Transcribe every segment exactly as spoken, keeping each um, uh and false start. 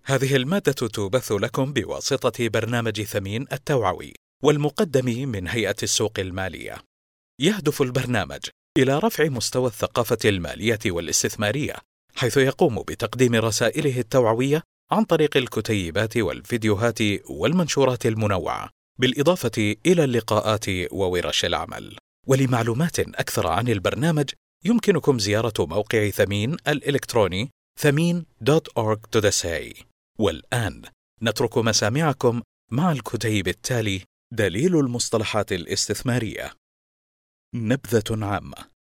هذه المادة تبث لكم بواسطة برنامج ثمين التوعوي والمقدم من هيئة السوق المالية. يهدف البرنامج إلى رفع مستوى الثقافة المالية والاستثمارية، حيث يقوم بتقديم رسائله التوعوية عن طريق الكتيبات والفيديوهات والمنشورات المنوعة، بالإضافة إلى اللقاءات وورش العمل. ولمعلومات أكثر عن البرنامج يمكنكم زيارة موقع ثمين الإلكتروني ثمين دوت أورغ دوت إس إيه. والآن نترك مسامعكم مع الكتيب التالي: دليل المصطلحات الاستثمارية. نبذة عامة.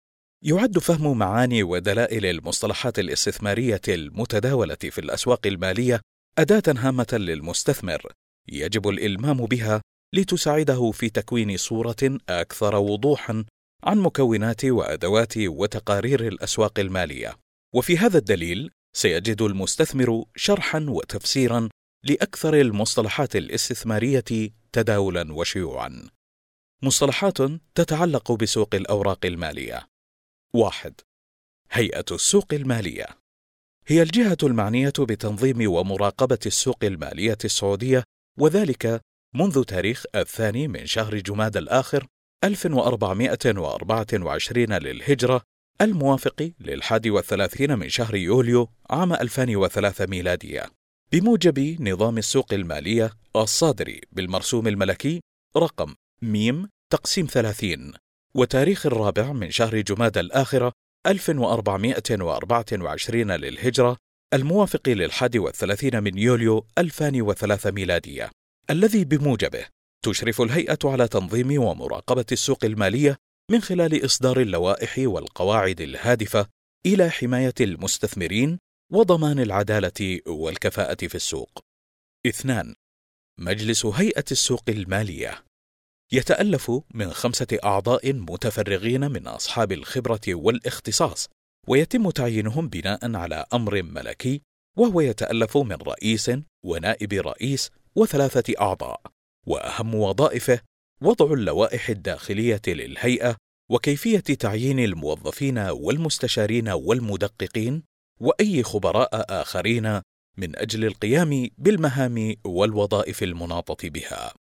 يعد فهم معاني ودلائل المصطلحات الاستثمارية المتداولة في الأسواق المالية أداة هامة للمستثمر يجب الإلمام بها لتساعده في تكوين صورة أكثر وضوحاً عن مكونات وأدوات وتقارير الأسواق المالية. وفي هذا الدليل سيجد المستثمر شرحاً وتفسيراً لأكثر المصطلحات الاستثمارية تداولاً وشيوعاً. مصطلحات تتعلق بسوق الأوراق المالية. واحد. هيئة السوق المالية هي الجهة المعنية بتنظيم ومراقبة السوق المالية السعودية، وذلك منذ تاريخ الثاني من شهر جمادى الآخر ألف وأربعمائة وأربعة وعشرين للهجرة، الموافق للحادي والثلاثين من شهر يوليو عام ألفين وثلاثة ميلادية، بموجب نظام السوق المالية الصادر بالمرسوم الملكي رقم ميم تقسيم ثلاثين، وتاريخ الرابع من شهر جمادى الآخرة ألف وأربعمائة وأربعة وعشرين للهجرة، الموافق للحادي والثلاثين من يوليو ألفين وثلاثة ميلادية، الذي بموجبه تشرف الهيئة على تنظيم ومراقبة السوق المالية من خلال إصدار اللوائح والقواعد الهادفة إلى حماية المستثمرين وضمان العدالة والكفاءة في السوق. اثنان. مجلس هيئة السوق المالية يتألف من خمسة أعضاء متفرغين من أصحاب الخبرة والاختصاص، ويتم تعيينهم بناء على أمر ملكي، وهو يتألف من رئيس ونائب رئيس وثلاثة أعضاء، وأهم وظائفه وضع اللوائح الداخلية للهيئة وكيفية تعيين الموظفين والمستشارين والمدققين وأي خبراء آخرين من أجل القيام بالمهام والوظائف المناطة بها.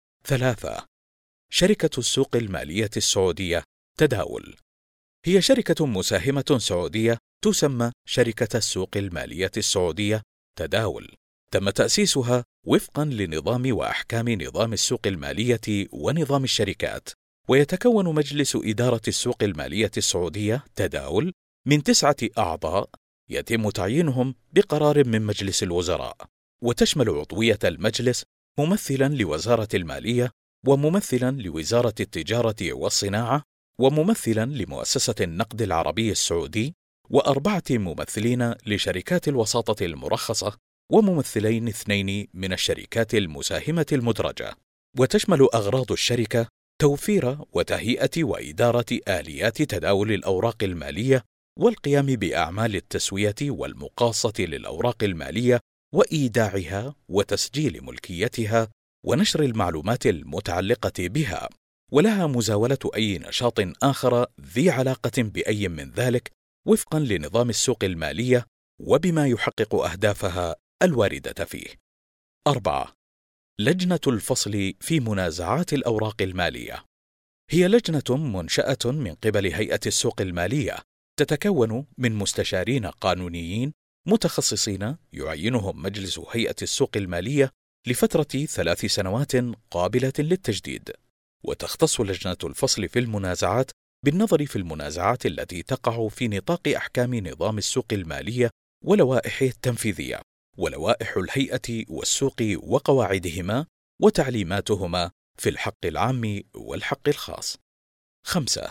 ثلاثة. شركة السوق المالية السعودية تداول هي شركة مساهمة سعودية تسمى شركة السوق المالية السعودية تداول. تم تأسيسها وفقاً لنظام وأحكام نظام السوق المالية ونظام الشركات، ويتكون مجلس إدارة السوق المالية السعودية تداول من تسعة أعضاء يتم تعيينهم بقرار من مجلس الوزراء، وتشمل عضوية المجلس ممثلاً لوزارة المالية، وممثلاً لوزارة التجارة والصناعة، وممثلاً لمؤسسة النقد العربي السعودي، وأربعة ممثلين لشركات الوساطة المرخصة، وممثلين اثنين من الشركات المساهمة المدرجة. وتشمل أغراض الشركة توفير وتهيئة وإدارة آليات تداول الأوراق المالية، والقيام بأعمال التسوية والمقاصة للأوراق المالية وإيداعها وتسجيل ملكيتها ونشر المعلومات المتعلقة بها، ولها مزاولة أي نشاط آخر ذي علاقة بأي من ذلك وفقاً لنظام السوق المالية وبما يحقق أهدافها الواردة فيه. أربعة. لجنة الفصل في منازعات الأوراق المالية هي لجنة منشأة من قبل هيئة السوق المالية، تتكون من مستشارين قانونيين متخصصين يعينهم مجلس هيئة السوق المالية لفترة ثلاث سنوات قابلة للتجديد. وتختص لجنة الفصل في المنازعات بالنظر في المنازعات التي تقع في نطاق أحكام نظام السوق المالية ولوائحه التنفيذية، ولوائح الهيئة والسوق وقواعدهما وتعليماتهما في الحق العام والحق الخاص. خمسة.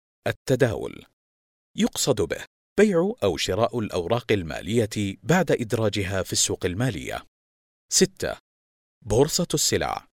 التداول يقصد به بيع أو شراء الأوراق المالية بعد إدراجها في السوق المالية. ستة. بورصة السلع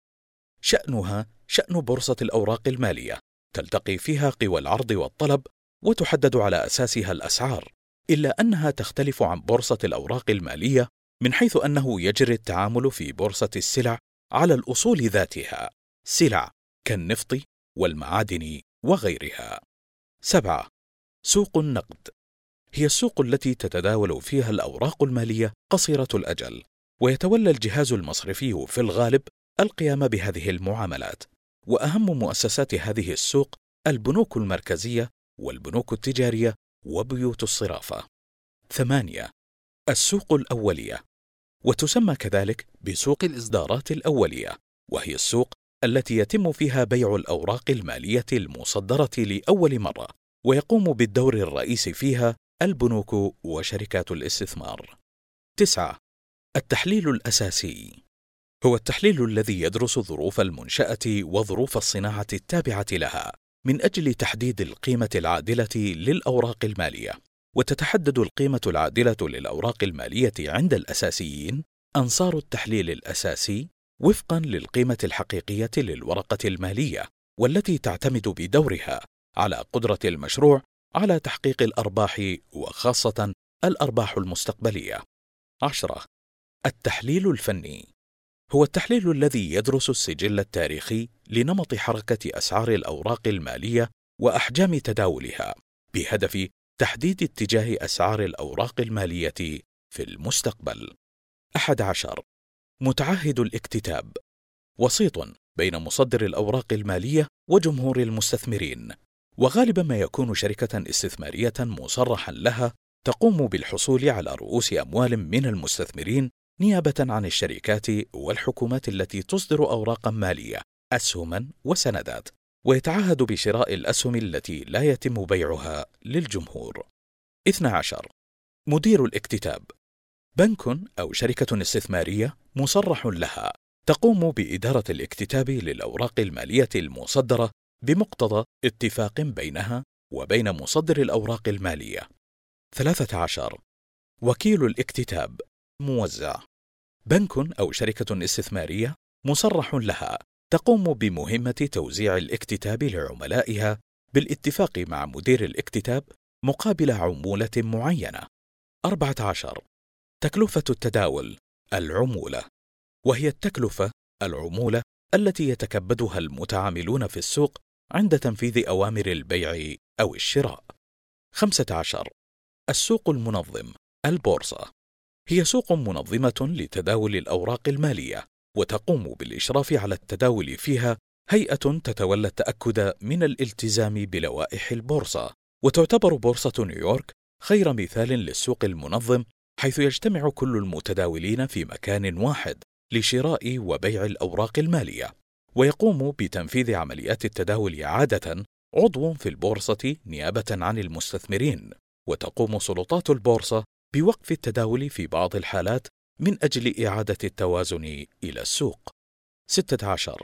شأنها شأن بورصة الأوراق المالية، تلتقي فيها قوى العرض والطلب وتحدد على أساسها الأسعار، إلا أنها تختلف عن بورصة الأوراق المالية من حيث أنه يجري التعامل في بورصة السلع على الأصول ذاتها، سلع كالنفط والمعادن وغيرها. سبعة. سوق النقد هي السوق التي تتداول فيها الأوراق المالية قصيرة الأجل، ويتولى الجهاز المصرفي في الغالب القيام بهذه المعاملات، وأهم مؤسسات هذه السوق البنوك المركزية والبنوك التجارية وبيوت الصرافة. ثمانية. السوق الأولية، وتسمى كذلك بسوق الإصدارات الأولية، وهي السوق التي يتم فيها بيع الأوراق المالية المصدرة لأول مرة، ويقوم بالدور الرئيسي فيها البنوك وشركات الاستثمار. تسعة. التحليل الأساسي هو التحليل الذي يدرس ظروف المنشأة وظروف الصناعة التابعة لها من أجل تحديد القيمة العادلة للأوراق المالية. وتتحدد القيمة العادلة للأوراق المالية عند الأساسيين أنصار التحليل الأساسي وفقاً للقيمة الحقيقية للورقة المالية، والتي تعتمد بدورها على قدرة المشروع على تحقيق الأرباح، وخاصة الأرباح المستقبلية. عشرة. التحليل الفني هو التحليل الذي يدرس السجل التاريخي لنمط حركة أسعار الأوراق المالية وأحجام تداولها، بهدف تحديد اتجاه أسعار الأوراق المالية في المستقبل. أحد عشر. متعهد الاكتتاب، وسيط بين مصدر الأوراق المالية وجمهور المستثمرين، وغالبا ما يكون شركة استثمارية مصرحا لها تقوم بالحصول على رؤوس أموال من المستثمرين نيابة عن الشركات والحكومات التي تصدر أوراقا مالية، أسهما وسندات، ويتعهد بشراء الأسهم التي لا يتم بيعها للجمهور. اثني عشر. مدير الاكتتاب، بنك أو شركة استثمارية مصرح لها تقوم بإدارة الاكتتاب للأوراق المالية المصدرة بمقتضى اتفاق بينها وبين مصدر الأوراق المالية. ثلاثة عشر. وكيل الاكتتاب، موزع، بنك أو شركة استثمارية مصرح لها تقوم بمهمة توزيع الاكتتاب لعملائها بالاتفاق مع مدير الاكتتاب مقابل عمولة معينة. أربعة عشر. تكلفة التداول، العمولة، وهي التكلفة العمولة التي يتكبدها المتعاملون في السوق عند تنفيذ أوامر البيع أو الشراء. خمسة عشر. السوق المنظم، البورصة، هي سوق منظمة لتداول الأوراق المالية، وتقوم بالإشراف على التداول فيها هيئة تتولى التأكد من الالتزام بلوائح البورصة. وتعتبر بورصة نيويورك خير مثال للسوق المنظم، حيث يجتمع كل المتداولين في مكان واحد لشراء وبيع الأوراق المالية، ويقوم بتنفيذ عمليات التداول عادة عضو في البورصة نيابة عن المستثمرين. وتقوم سلطات البورصة بوقف التداول في بعض الحالات من أجل إعادة التوازن إلى السوق. ستة عشر.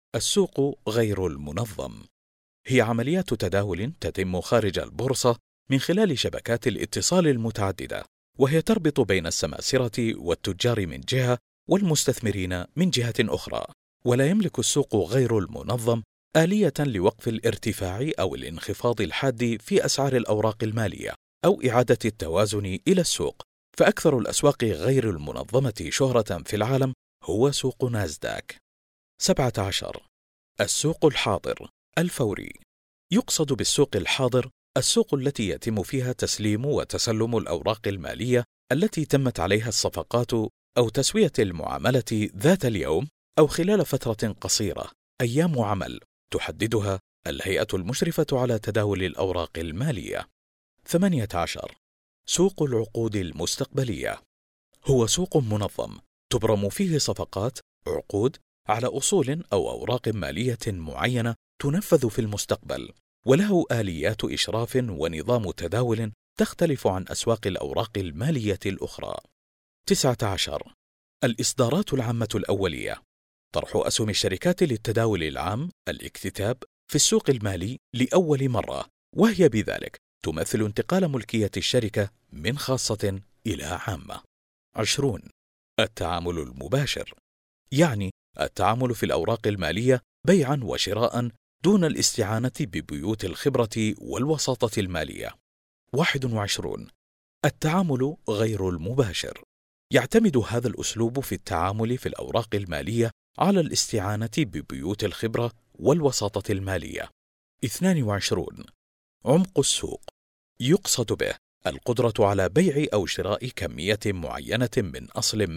السوق غير المنظم، هي عمليات تداول تتم خارج البورصة من خلال شبكات الاتصال المتعددة، وهي تربط بين السماسرة والتجار من جهة والمستثمرين من جهة أخرى. ولا يملك السوق غير المنظم آلية لوقف الارتفاع أو الانخفاض الحاد في أسعار الأوراق المالية أو إعادة التوازن إلى السوق. فأكثر الأسواق غير المنظمة شهرة في العالم هو سوق ناسداك. سبعة عشر. السوق الحاضر، الفوري، يقصد بالسوق الحاضر السوق التي يتم فيها تسليم وتسلم الأوراق المالية التي تمت عليها الصفقات أو تسوية المعاملة ذات اليوم أو خلال فترة قصيرة، أيام عمل تحددها الهيئة المشرفة على تداول الأوراق المالية. ثمانية عشر. سوق العقود المستقبلية، هو سوق منظم تبرم فيه صفقات عقود على أصول أو أوراق مالية معينة تنفذ في المستقبل، وله آليات إشراف ونظام تداول تختلف عن أسواق الأوراق المالية الأخرى. تسعة عشر. الإصدارات العامة الأولية، طرح أسهم الشركات للتداول العام، الاكتتاب، في السوق المالي لأول مرة، وهي بذلك تمثل انتقال ملكية الشركة من خاصة إلى عامة. عشرون. التعامل المباشر، يعني التعامل في الأوراق المالية بيعا وشراء دون الاستعانة ببيوت الخبرة والوساطة المالية. واحد وعشرون. التعامل غير المباشر، يعتمد هذا الأسلوب في التعامل في الأوراق المالية على الاستعانة ببيوت الخبرة والوساطة المالية. اثنان وعشرون. عمق السوق، يقصد به القدرة على بيع أو شراء كمية معينة من أصل ما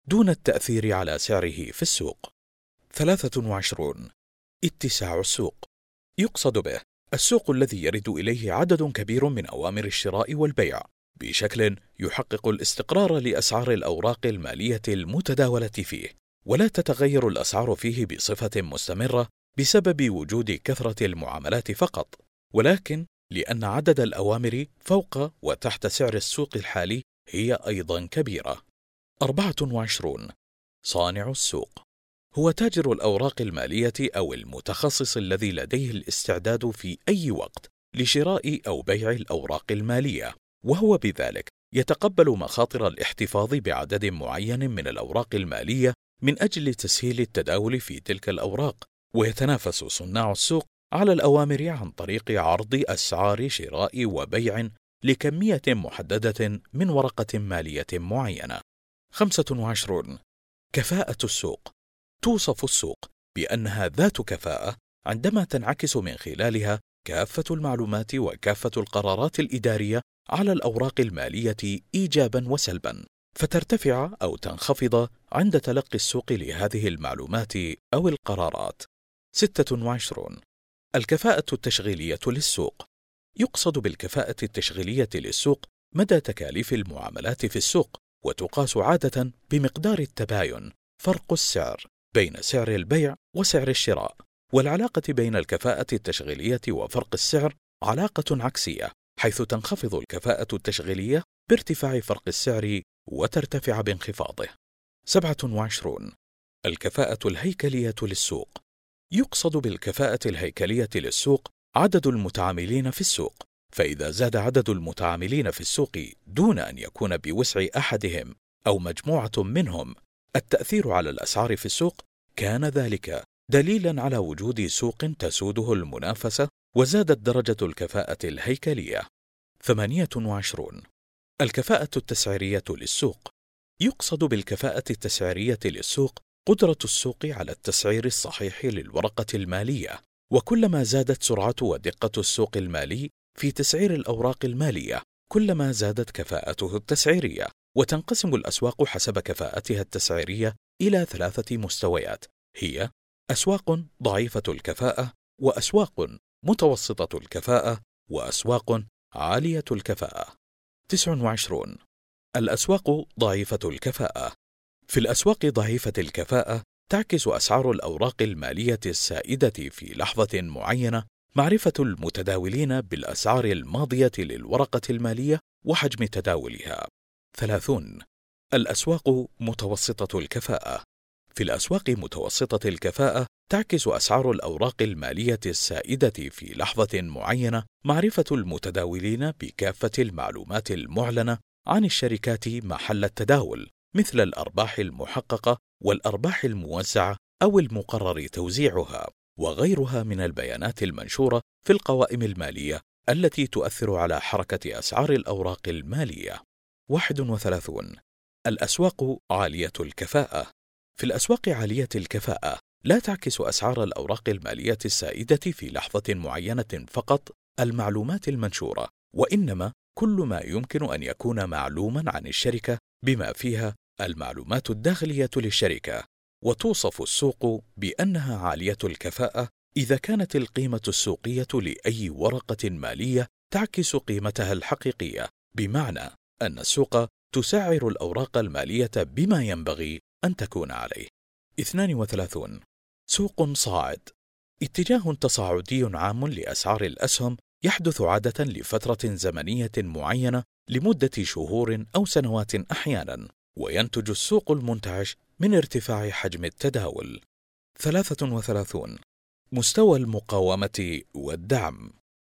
دون التأثير على سعره في السوق. ثلاثة وعشرون. اتساع السوق. يقصد به السوق الذي يرد إليه عدد كبير من أوامر الشراء والبيع بشكل يحقق الاستقرار لأسعار الأوراق المالية المتداولة فيه، ولا تتغير الأسعار فيه بصفة مستمرة بسبب وجود كثرة المعاملات فقط، ولكن لأن عدد الأوامر فوق وتحت سعر السوق الحالي هي أيضا كبيرة. أربعة وعشرون. صانع السوق هو تاجر الأوراق المالية أو المتخصص الذي لديه الاستعداد في أي وقت لشراء أو بيع الأوراق المالية، وهو بذلك يتقبل مخاطر الاحتفاظ بعدد معين من الأوراق المالية من أجل تسهيل التداول في تلك الأوراق، ويتنافس صناع السوق على الأوامر عن طريق عرض أسعار شراء وبيع لكمية محددة من ورقة مالية معينة. خمسة وعشرون. كفاءة السوق. توصف السوق بأنها ذات كفاءة عندما تنعكس من خلالها كافة المعلومات وكافة القرارات الإدارية على الأوراق المالية إيجابا وسلبا، فترتفع أو تنخفض عند تلقي السوق لهذه المعلومات أو القرارات. ستة وعشرون. الكفاءة التشغيلية للسوق. يقصد بالكفاءة التشغيلية للسوق مدى تكاليف المعاملات في السوق، وتقاس عادة بمقدار التباين فرق السعر بين سعر البيع وسعر الشراء. والعلاقة بين الكفاءة التشغيلية وفرق السعر علاقة عكسية، حيث تنخفض الكفاءة التشغيلية بارتفاع فرق السعر وترتفع بانخفاضه. سبعة وعشرون. الكفاءة الهيكلية للسوق. يقصد بالكفاءة الهيكلية للسوق عدد المتعاملين في السوق، فإذا زاد عدد المتعاملين في السوق دون أن يكون بوسع أحدهم أو مجموعة منهم التأثير على الأسعار في السوق، كان ذلك دليلا على وجود سوق تسوده المنافسة، وزادت درجة الكفاءة الهيكلية. ثمانية وعشرون. الكفاءة التسعيرية للسوق. يقصد بالكفاءة التسعيرية للسوق قدرة السوق على التسعير الصحيح للورقة المالية، وكلما زادت سرعة ودقة السوق المالي في تسعير الأوراق المالية كلما زادت كفاءته التسعيرية. وتنقسم الأسواق حسب كفاءتها التسعيرية إلى ثلاثة مستويات، هي أسواق ضعيفة الكفاءة، وأسواق متوسطة الكفاءة، وأسواق عالية الكفاءة. تسع وعشرون. الأسواق ضعيفة الكفاءة. في الأسواق ضعيفة الكفاءة تعكس أسعار الأوراق المالية السائدة في لحظة معينة معرفة المتداولين بالأسعار الماضية للورقة المالية وحجم تداولها. ثلاثون. الأسواق متوسطة الكفاءة. في الأسواق متوسطة الكفاءة تعكس أسعار الأوراق المالية السائدة في لحظة معينة معرفة المتداولين بكافة المعلومات المعلنة عن الشركات محل التداول، مثل الأرباح المحققة والأرباح الموزعة أو المقرر توزيعها، وغيرها من البيانات المنشورة في القوائم المالية التي تؤثر على حركة أسعار الأوراق المالية. واحد وثلاثون. الأسواق عالية الكفاءة. في الأسواق عالية الكفاءة لا تعكس أسعار الأوراق المالية السائدة في لحظة معينة فقط المعلومات المنشورة، وإنما كل ما يمكن أن يكون معلوما عن الشركة بما فيها المعلومات الداخلية للشركة. وتوصف السوق بأنها عالية الكفاءة إذا كانت القيمة السوقية لأي ورقة مالية تعكس قيمتها الحقيقية، بمعنى أن السوق تسعر الأوراق المالية بما ينبغي أن تكون عليه. اثنان وثلاثون. سوق صاعد. اتجاه تصاعدي عام لأسعار الأسهم يحدث عادة لفترة زمنية معينة لمدة شهور أو سنوات أحيانا، وينتج السوق المنتعش من ارتفاع حجم التداول. ثلاثة وثلاثون. مستوى المقاومة والدعم.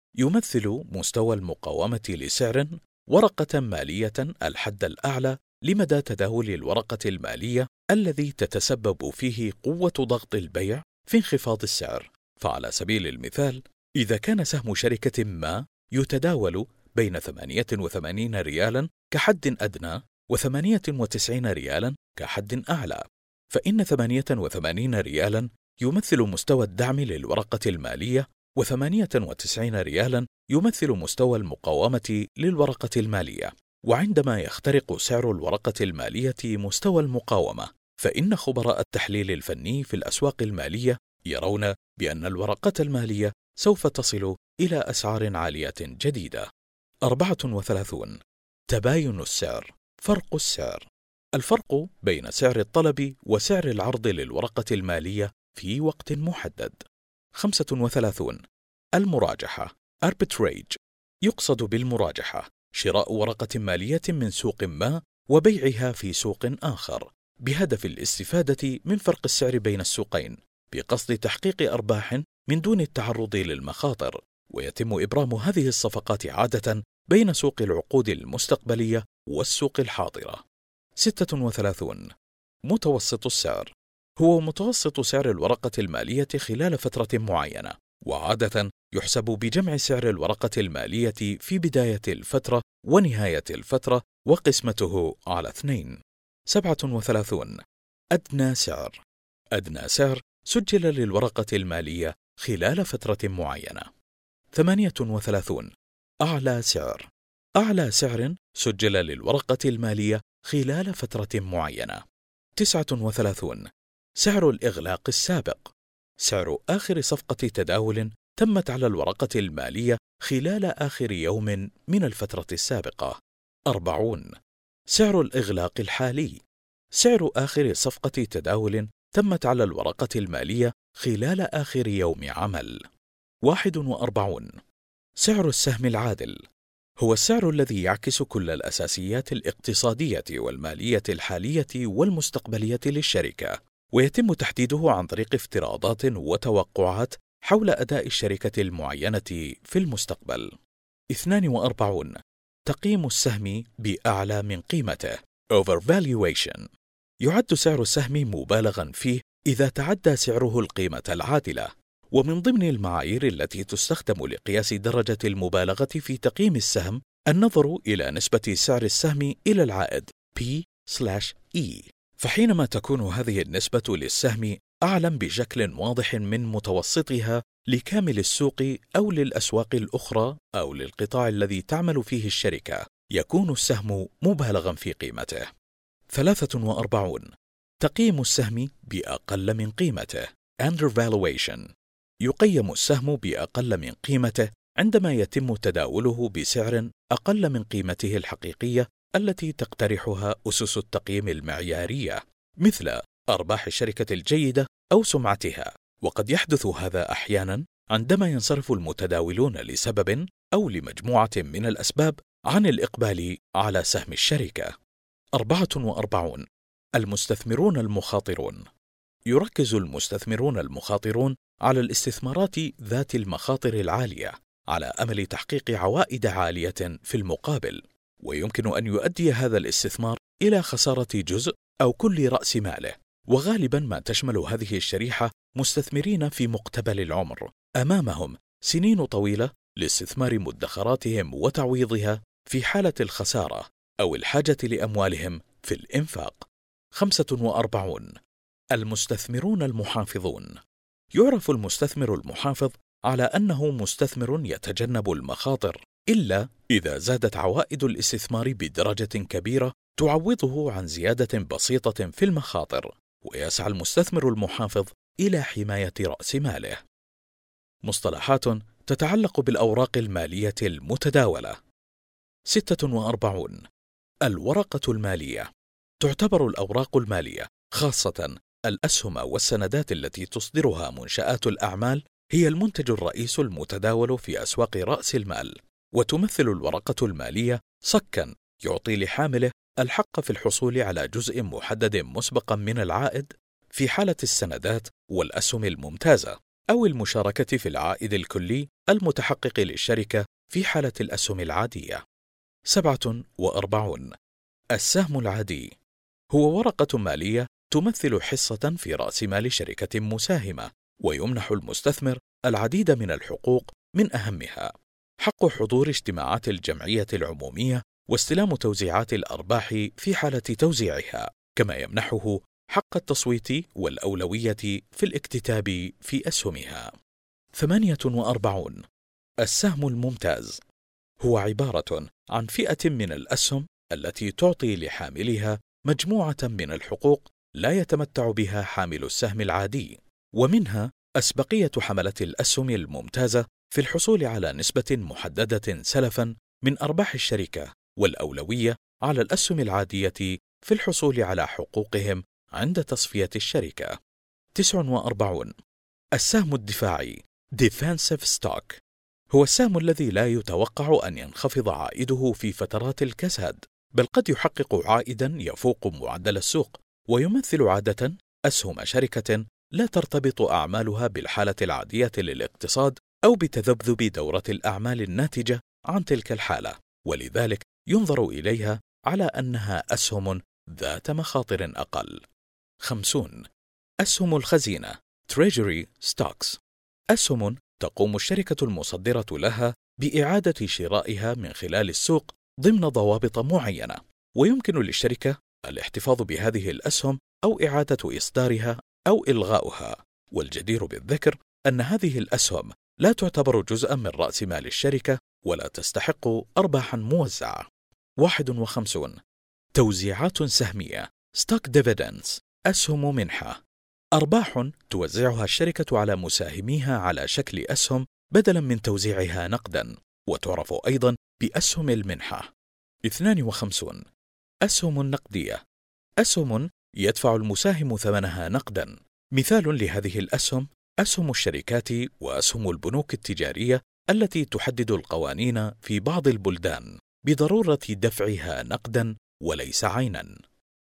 يمثل مستوى المقاومة لسعر ورقة مالية الحد الأعلى لمدى تداول الورقة المالية الذي تتسبب فيه قوة ضغط البيع في انخفاض السعر. فعلى سبيل المثال، إذا كان سهم شركة ما يتداول بين ثمانية وثمانين ريالا كحد أدنى وثمانية وتسعين ريالا كحد أعلى، فإن ثمانية وثمانين ريالا يمثل مستوى الدعم للورقة المالية، وثمانية وتسعين ريالا يمثل مستوى المقاومة للورقة المالية. وعندما يخترق سعر الورقة المالية مستوى المقاومة، فإن خبراء التحليل الفني في الأسواق المالية يرون بأن الورقة المالية سوف تصل إلى أسعار عالية جديدة. أربعة وثلاثون. تباين السعر، فرق السعر، الفرق بين سعر الطلب وسعر العرض للورقة المالية في وقت محدد. خمسة وثلاثون. المراجحة arbitrage، يقصد بالمراجحة شراء ورقة مالية من سوق ما وبيعها في سوق آخر بهدف الاستفادة من فرق السعر بين السوقين بقصد تحقيق أرباح من دون التعرض للمخاطر، ويتم إبرام هذه الصفقات عادة بين سوق العقود المستقبلية والسوق الحاضرة. ستة وثلاثون. متوسط السعر، هو متوسط سعر الورقة المالية خلال فترة معينة، وعادة يحسب بجمع سعر الورقة المالية في بداية الفترة ونهاية الفترة وقسمته على اثنين. سبعة وثلاثون. أدنى سعر، أدنى سعر سجل للورقة المالية خلال فترة معينة. ثمانية وثلاثون. أعلى سعر، أعلى سعر سجل للورقة المالية خلال فترة معينة. تسعة وثلاثون. سعر الإغلاق السابق، سعر آخر صفقة تداول تمت على الورقة المالية خلال آخر يوم من الفترة السابقة. أربعون. سعر الإغلاق الحالي، سعر آخر صفقة تداول تمت على الورقة المالية خلال آخر يوم عمل. واحد وأربعون. سعر السهم العادل، هو السعر الذي يعكس كل الأساسيات الاقتصادية والمالية الحالية والمستقبلية للشركة، ويتم تحديده عن طريق افتراضات وتوقعات حول أداء الشركة المعينة في المستقبل. اثنان وأربعون. تقييم السهم بأعلى من قيمته overvaluation، يعد سعر السهم مبالغا فيه إذا تعدى سعره القيمة العادلة، ومن ضمن المعايير التي تستخدم لقياس درجة المبالغة في تقييم السهم النظر إلى نسبة سعر السهم إلى العائد P/E، فحينما تكون هذه النسبة للسهم أعلى بشكل واضح من متوسطها لكامل السوق أو للأسواق الأخرى أو للقطاع الذي تعمل فيه الشركة، يكون السهم مبالغا في قيمته. ثلاثة وأربعون. تقييم السهم بأقل من قيمته undervaluation، يقيم السهم بأقل من قيمته عندما يتم تداوله بسعر أقل من قيمته الحقيقية التي تقترحها أسس التقييم المعيارية، مثل أرباح الشركة الجيدة أو سمعتها، وقد يحدث هذا أحيانا عندما ينصرف المتداولون لسبب أو لمجموعة من الأسباب عن الإقبال على سهم الشركة. أربعة وأربعون. المستثمرون المخاطرون، يركز المستثمرون المخاطرون على الاستثمارات ذات المخاطر العالية على أمل تحقيق عوائد عالية في المقابل، ويمكن أن يؤدي هذا الاستثمار إلى خسارة جزء أو كل رأس ماله، وغالبا ما تشمل هذه الشريحة مستثمرين في مقتبل العمر أمامهم سنين طويلة لاستثمار مدخراتهم وتعويضها في حالة الخسارة أو الحاجة لأموالهم في الإنفاق. خمسة وأربعون. المستثمرون المحافظون، يعرف المستثمر المحافظ على أنه مستثمر يتجنب المخاطر إلا إذا زادت عوائد الاستثمار بدرجة كبيرة تعوضه عن زيادة بسيطة في المخاطر، ويسعى المستثمر المحافظ إلى حماية رأس ماله. مصطلحات تتعلق بالأوراق المالية المتداولة. ستة وأربعون. الورقة المالية، تعتبر الأوراق المالية خاصة الأسهم والسندات التي تصدرها منشآت الأعمال هي المنتج الرئيس المتداول في أسواق رأس المال، وتمثل الورقة المالية صكا يعطي لحامله الحق في الحصول على جزء محدد مسبقا من العائد في حالة السندات والأسهم الممتازة، أو المشاركة في العائد الكلي المتحقق للشركة في حالة الأسهم العادية. سبعة وأربعون. السهم العادي، هو ورقة مالية تمثل حصة في رأس مال شركة مساهمة، ويمنح المستثمر العديد من الحقوق، من أهمها حق حضور اجتماعات الجمعية العمومية واستلام توزيعات الأرباح في حالة توزيعها، كما يمنحه حق التصويت والأولوية في الاكتتاب في أسهمها. ثمانية وأربعون. السهم الممتاز، هو عبارة عن فئة من الأسهم التي تعطي لحاملها مجموعة من الحقوق لا يتمتع بها حامل السهم العادي، ومنها أسبقية حملة الأسهم الممتازة في الحصول على نسبة محددة سلفاً من أرباح الشركة، والأولوية على الأسهم العادية في الحصول على حقوقهم عند تصفية الشركة. تسعة وأربعين. السهم الدفاعي Defensive Stock هو السهم الذي لا يتوقع أن ينخفض عائده في فترات الكساد، بل قد يحقق عائداً يفوق معدل السوق، ويمثل عادة أسهم شركة لا ترتبط أعمالها بالحالة العادية للاقتصاد أو بتذبذب دورة الأعمال الناتجة عن تلك الحالة، ولذلك ينظر إليها على أنها أسهم ذات مخاطر أقل. خمسون. أسهم الخزينة Treasury Stocks أسهم تقوم الشركة المصدرة لها بإعادة شرائها من خلال السوق ضمن ضوابط معينة، ويمكن للشركة الاحتفاظ بهذه الأسهم أو إعادة إصدارها أو إلغاؤها. والجدير بالذكر أن هذه الأسهم لا تعتبر جزءاً من رأس مال الشركة ولا تستحق أرباحاً موزعة. واحد وخمسون. توزيعات سهمية Stock Dividends أسهم منحة أرباح توزعها الشركة على مساهميها على شكل أسهم بدلاً من توزيعها نقداً، وتعرف أيضاً بأسهم المنحة. اثنان وخمسون. أسهم نقدية أسهم يدفع المساهم ثمنها نقداً. مثال لهذه الأسهم أسهم الشركات وأسهم البنوك التجارية التي تحدد القوانين في بعض البلدان بضرورة دفعها نقداً وليس عيناً.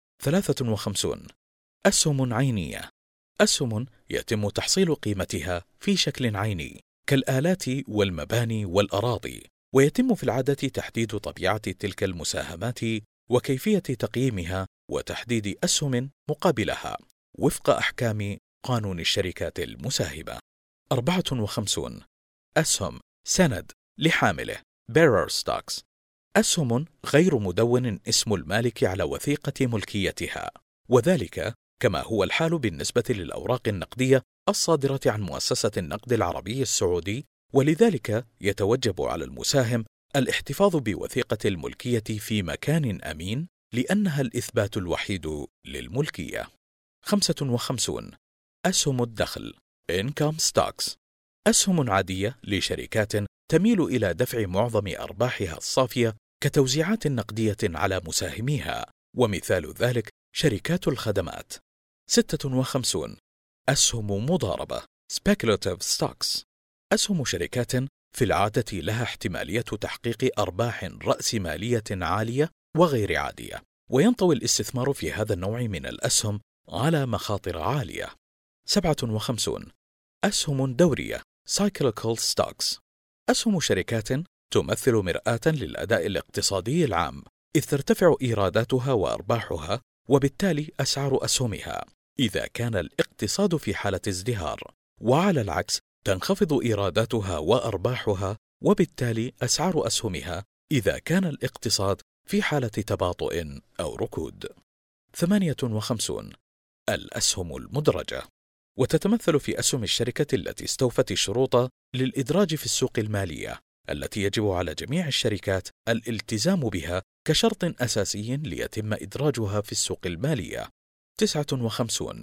ثلاثة وخمسون. أسهم عينية أسهم يتم تحصيل قيمتها في شكل عيني كالآلات والمباني والأراضي، ويتم في العادة تحديد طبيعة تلك المساهمات وكيفية تقييمها وتحديد أسهم مقابلها وفق أحكام قانون الشركات المساهمة. أربعة وخمسون. أسهم سند لحامله Bearer Stocks أسهم غير مدون اسم المالك على وثيقة ملكيتها، وذلك كما هو الحال بالنسبة للأوراق النقدية الصادرة عن مؤسسة النقد العربي السعودي، ولذلك يتوجب على المساهم الاحتفاظ بوثيقة الملكية في مكان أمين لأنها الإثبات الوحيد للملكية. خمسة وخمسون. أسهم الدخل Income Stocks أسهم عادية لشركات تميل إلى دفع معظم أرباحها الصافية كتوزيعات نقدية على مساهميها، ومثال ذلك شركات الخدمات. ستة وخمسون. أسهم مضاربة Speculative Stocks أسهم شركات في العادة لها احتمالية تحقيق أرباح رأسمالية عالية وغير عادية، وينطوي الاستثمار في هذا النوع من الأسهم على مخاطر عالية. سبعة وخمسون. أسهم دورية Cyclical Stocks أسهم شركات تمثل مرآة للأداء الاقتصادي العام، إذ ترتفع إيراداتها وأرباحها وبالتالي أسعار أسهمها إذا كان الاقتصاد في حالة ازدهار، وعلى العكس تنخفض إيراداتها وأرباحها وبالتالي أسعار أسهمها إذا كان الاقتصاد في حالة تباطؤ أو ركود. ثمانية وخمسون. الأسهم المدرجة وتتمثل في أسهم الشركة التي استوفت الشروط للإدراج في السوق المالية التي يجب على جميع الشركات الالتزام بها كشرط أساسي ليتم إدراجها في السوق المالية. تسعة وخمسون.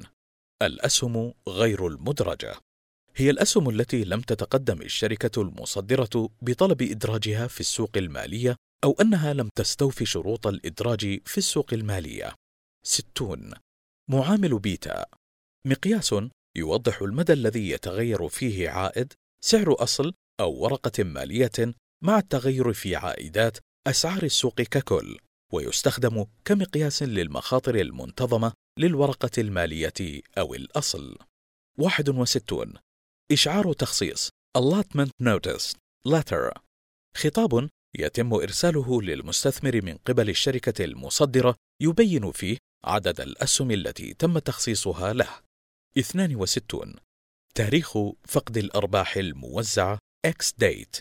الأسهم غير المدرجة هي الأسهم التي لم تتقدم الشركة المصدرة بطلب إدراجها في السوق المالية أو أنها لم تستوفي شروط الإدراج في السوق المالية. ستون. معامل بيتا مقياس يوضح المدى الذي يتغير فيه عائد سعر أصل أو ورقة مالية مع التغير في عائدات أسعار السوق ككل، ويستخدم كمقياس للمخاطر المنتظمة للورقة المالية أو الأصل. واحد وستون. إشعار تخصيص Allotment Notice Letter خطاب يتم إرساله للمستثمر من قبل الشركة المصدرة يبين فيه عدد الأسهم التي تم تخصيصها له. اثنان وستون. تاريخ فقد الأرباح الموزعة Ex-date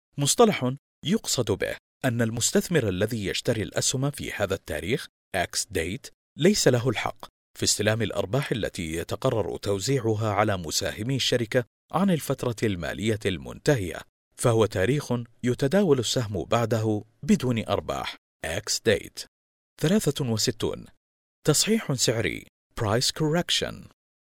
مصطلح يقصد به أن المستثمر الذي يشتري الأسهم في هذا التاريخ Ex-date ليس له الحق في استلام الأرباح التي يتقرر توزيعها على مساهمي الشركة عن الفترة المالية المنتهية، فهو تاريخ يتداول السهم بعده بدون أرباح، ex-date. ثلاثة وستون. تصحيح سعري price correction،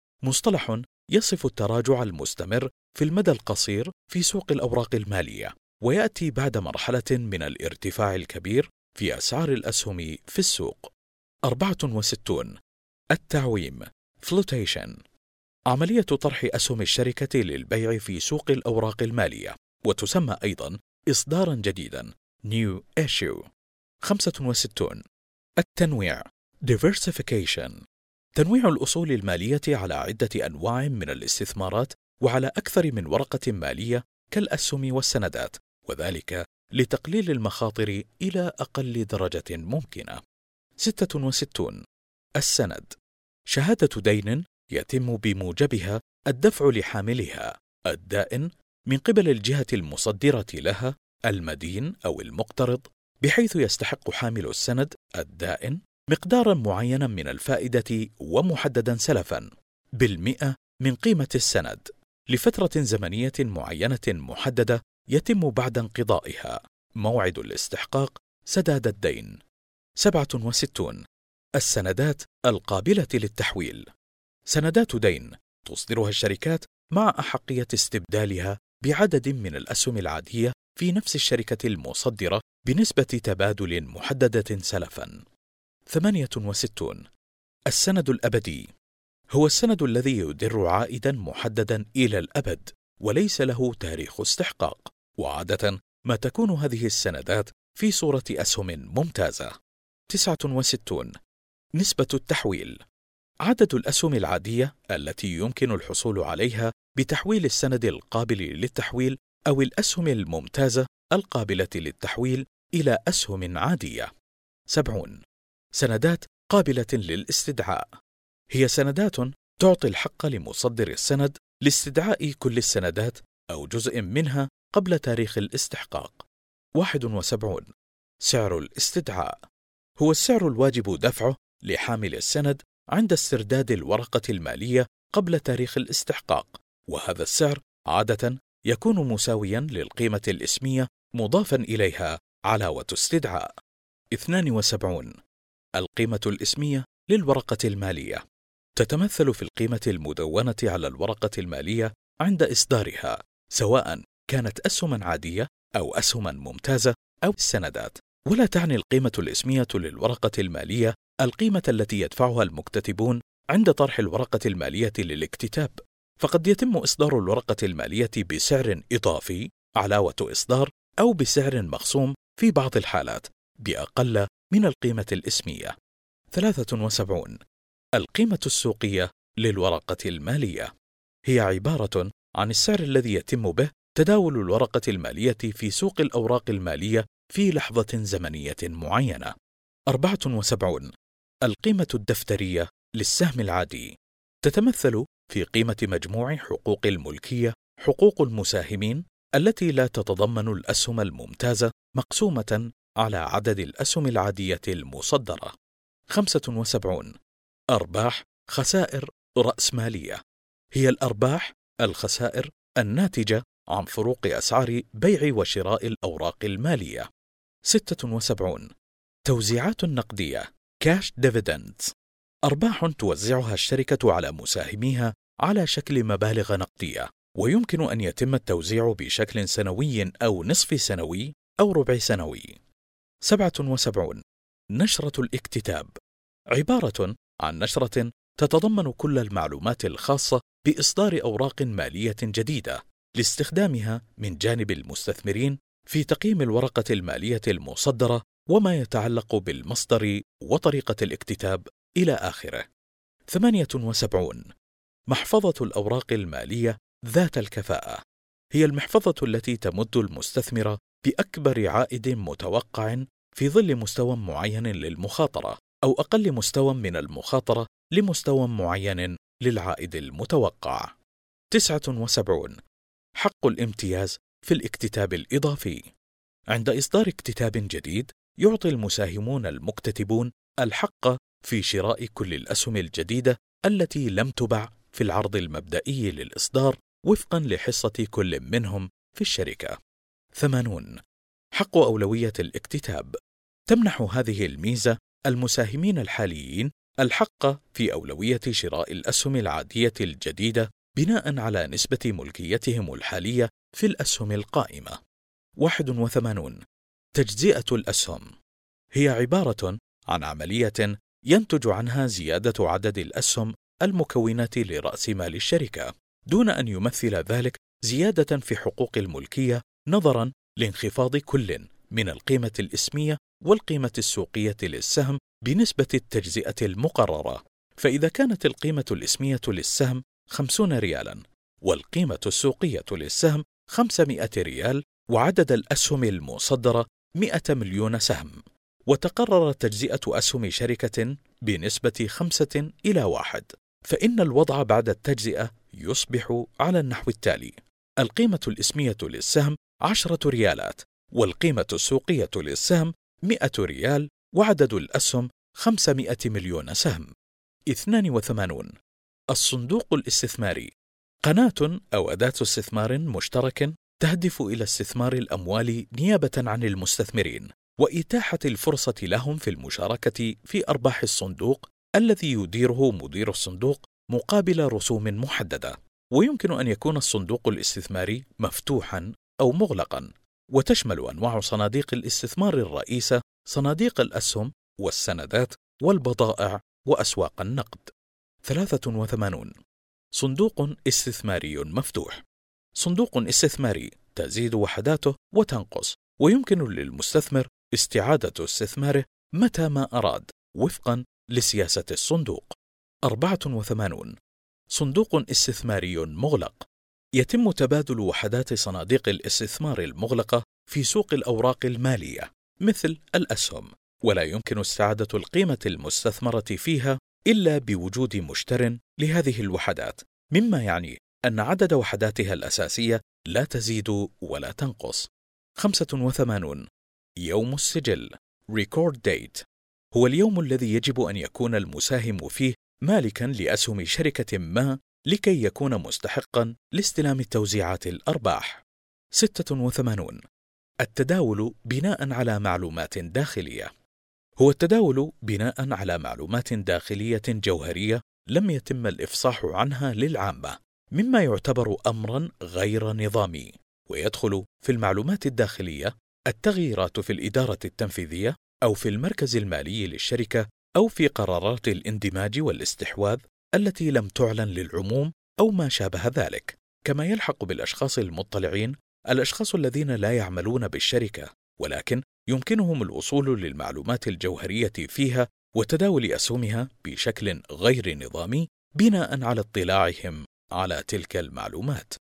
مصطلح يصف التراجع المستمر في المدى القصير في سوق الأوراق المالية، ويأتي بعد مرحلة من الارتفاع الكبير في أسعار الأسهم في السوق. أربعة وستون. التعويم flotation، عملية طرح أسهم الشركة للبيع في سوق الأوراق المالية، وتسمى أيضاً إصداراً جديداً new issue. خمسة وستون. التنويع diversification، تنويع الأصول المالية على عدة أنواع من الاستثمارات وعلى أكثر من ورقة مالية كالأسهم والسندات، وذلك لتقليل المخاطر إلى أقل درجة ممكنة. ستة وستون. السند، شهادة دين يتم بموجبها الدفع لحاملها الدائن من قبل الجهة المصدرة لها المدين أو المقترض، بحيث يستحق حامل السند الدائن مقداراً معيناً من الفائدة ومحدداً سلفاً بالمئة من قيمة السند لفترة زمنية معينة محددة يتم بعد انقضائها موعد الاستحقاق سداد الدين. سبعة وستون. السندات القابلة للتحويل، سندات دين تصدرها الشركات مع أحقية استبدالها بعدد من الأسهم العادية في نفس الشركة المصدرة بنسبة تبادل محددة سلفاً. ثمانية وستون. السند الأبدي، هو السند الذي يدر عائداً محدداً إلى الأبد وليس له تاريخ استحقاق، وعادة ما تكون هذه السندات في صورة أسهم ممتازة. تسعة وستون. نسبة التحويل، عدد الأسهم العادية التي يمكن الحصول عليها بتحويل السند القابل للتحويل أو الأسهم الممتازة القابلة للتحويل إلى أسهم عادية. سبعون. سندات قابلة للاستدعاء، هي سندات تعطي الحق لمصدر السند لاستدعاء كل السندات أو جزء منها قبل تاريخ الاستحقاق. واحد وسبعون. سعر الاستدعاء، هو السعر الواجب دفعه لحامل السند عند استرداد الورقة المالية قبل تاريخ الاستحقاق، وهذا السعر عادة يكون مساوياً للقيمة الإسمية مضافاً إليها علاوة استدعاء. اثنان وسبعون. القيمة الإسمية للورقة المالية، تتمثل في القيمة المدونة على الورقة المالية عند إصدارها، سواء كانت أسهماً عادية أو أسهماً ممتازة أو سندات، ولا تعني القيمة الإسمية للورقة المالية القيمة التي يدفعها المكتتبون عند طرح الورقة المالية للاكتتاب، فقد يتم إصدار الورقة المالية بسعر إضافي علاوة إصدار أو بسعر مخصوم في بعض الحالات بأقل من القيمة الإسمية. ثلاثة وسبعون. القيمة السوقية للورقة المالية، هي عبارة عن السعر الذي يتم به تداول الورقة المالية في سوق الأوراق المالية في لحظة زمنية معينة. أربعة وسبعون. القيمة الدفترية للسهم العادي، تتمثل في قيمة مجموع حقوق الملكية حقوق المساهمين التي لا تتضمن الأسهم الممتازة مقسومة على عدد الأسهم العادية المصدرة. خمسة وسبعون. أرباح خسائر رأسمالية، هي الأرباح الخسائر الناتجة عن فروق أسعار بيع وشراء الأوراق المالية. ستة وسبعون. توزيعات نقدية cash dividends، أرباح توزعها الشركة على مساهميها على شكل مبالغ نقدية، ويمكن أن يتم التوزيع بشكل سنوي أو نصف سنوي أو ربع سنوي. سبعة وسبعون. نشرة الاكتتاب، عبارة عن نشرة تتضمن كل المعلومات الخاصة بإصدار أوراق مالية جديدة لاستخدامها من جانب المستثمرين في تقييم الورقة المالية المصدرة وما يتعلق بالمصدر وطريقة الاكتتاب إلى آخره. ثمانية وسبعون. محفظة الأوراق المالية ذات الكفاءة، هي المحفظة التي تمد المستثمر بأكبر عائد متوقع في ظل مستوى معين للمخاطرة أو أقل مستوى من المخاطرة لمستوى معين للعائد المتوقع. تسعة وسبعون. حق الامتياز في الاكتتاب الإضافي، عند إصدار اكتتاب جديد يعطي المساهمون المكتتبون الحق في شراء كل الأسهم الجديدة التي لم تبع في العرض المبدئي للإصدار وفقاً لحصة كل منهم في الشركة. ثمانون. حق أولوية الاكتتاب، تمنح هذه الميزة المساهمين الحاليين الحق في أولوية شراء الأسهم العادية الجديدة بناء على نسبة ملكيتهم الحالية في الأسهم القائمة. واحد وثمانون. تجزئة الأسهم هي عبارة عن عملية ينتج عنها زيادة عدد الأسهم المكونة لرأس مال الشركة دون أن يمثل ذلك زيادة في حقوق الملكية نظراً لانخفاض كل من القيمة الإسمية والقيمة السوقية للسهم بنسبة التجزئة المقررة. فإذا كانت القيمة الإسمية للسهم خمسين ريالاً والقيمة السوقية للسهم خمسمائة ريال وعدد الأسهم المصدرة مئة مليون سهم، وتقرر تجزئة أسهم شركة بنسبة خمسة إلى واحد، فإن الوضع بعد التجزئة يصبح على النحو التالي: القيمة الإسمية للسهم عشرة ريالات والقيمة السوقية للسهم مئة ريال وعدد الأسهم خمسمائة مليون سهم. اثنان وثمانون. الصندوق الاستثماري قناة أو أداة استثمار مشترك تهدف إلى استثمار الأموال نيابة عن المستثمرين وإتاحة الفرصة لهم في المشاركة في أرباح الصندوق الذي يديره مدير الصندوق مقابل رسوم محددة. ويمكن أن يكون الصندوق الاستثماري مفتوحاً أو مغلقاً، وتشمل أنواع صناديق الاستثمار الرئيسة صناديق الأسهم والسندات والبضائع وأسواق النقد. ثلاثة وثمانون. صندوق استثماري مفتوح. صندوق استثماري تزيد وحداته وتنقص، ويمكن للمستثمر استعادة استثماره متى ما أراد وفقاً لسياسة الصندوق. أربعة وثمانون. صندوق استثماري مغلق. يتم تبادل وحدات صناديق الاستثمار المغلقة في سوق الأوراق المالية مثل الأسهم، ولا يمكن استعادة القيمة المستثمرة فيها إلا بوجود مشتر لهذه الوحدات، مما يعني أن عدد وحداتها الأساسية لا تزيد ولا تنقص. خمسة وثمانون. يوم السجل Record Date هو اليوم الذي يجب أن يكون المساهم فيه مالكاً لأسهم شركة ما لكي يكون مستحقاً لاستلام توزيعات الأرباح. ستة وثمانون. التداول بناء على معلومات داخلية هو التداول بناء على معلومات داخلية جوهرية لم يتم الإفصاح عنها للعامة، مما يعتبر أمراً غير نظامي، ويدخل في المعلومات الداخلية التغييرات في الإدارة التنفيذية أو في المركز المالي للشركة أو في قرارات الاندماج والاستحواذ التي لم تعلن للعموم أو ما شابه ذلك. كما يلحق بالأشخاص المطلعين الأشخاص الذين لا يعملون بالشركة ولكن يمكنهم الوصول للمعلومات الجوهرية فيها وتداول أسهمها بشكل غير نظامي بناء على اطلاعهم على تلك المعلومات.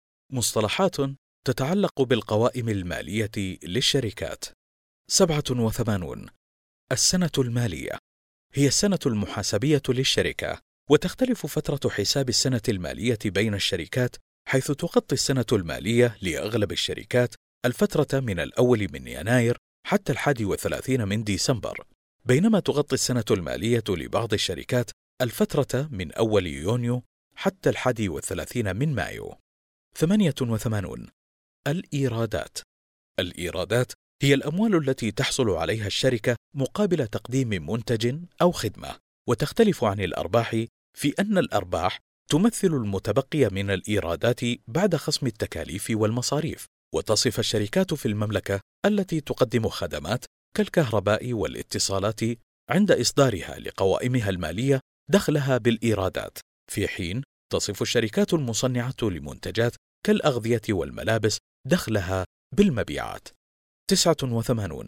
مصطلحات تتعلق بالقوائم المالية للشركات. سبعة وثمانون. السنة المالية هي السنة المحاسبية للشركة، وتختلف فترة حساب السنة المالية بين الشركات، حيث تغطي السنة المالية لأغلب الشركات الفترة من الأول من يناير حتى الحادي والثلاثين من ديسمبر، بينما تغطي السنة المالية لبعض الشركات الفترة من أول يونيو حتى الحادي والثلاثين من مايو. ثمانية وثمانون. الإيرادات. الإيرادات هي الأموال التي تحصل عليها الشركة مقابل تقديم منتج أو خدمة، وتختلف عن الأرباح في أن الأرباح تمثل المتبقي من الإيرادات بعد خصم التكاليف والمصاريف. وتصف الشركات في المملكة التي تقدم خدمات كالكهرباء والاتصالات عند إصدارها لقوائمها المالية دخلها بالإيرادات، في حين تصف الشركات المصنعة لمنتجات كالأغذية والملابس دخلها بالمبيعات. تسعة وثمانون.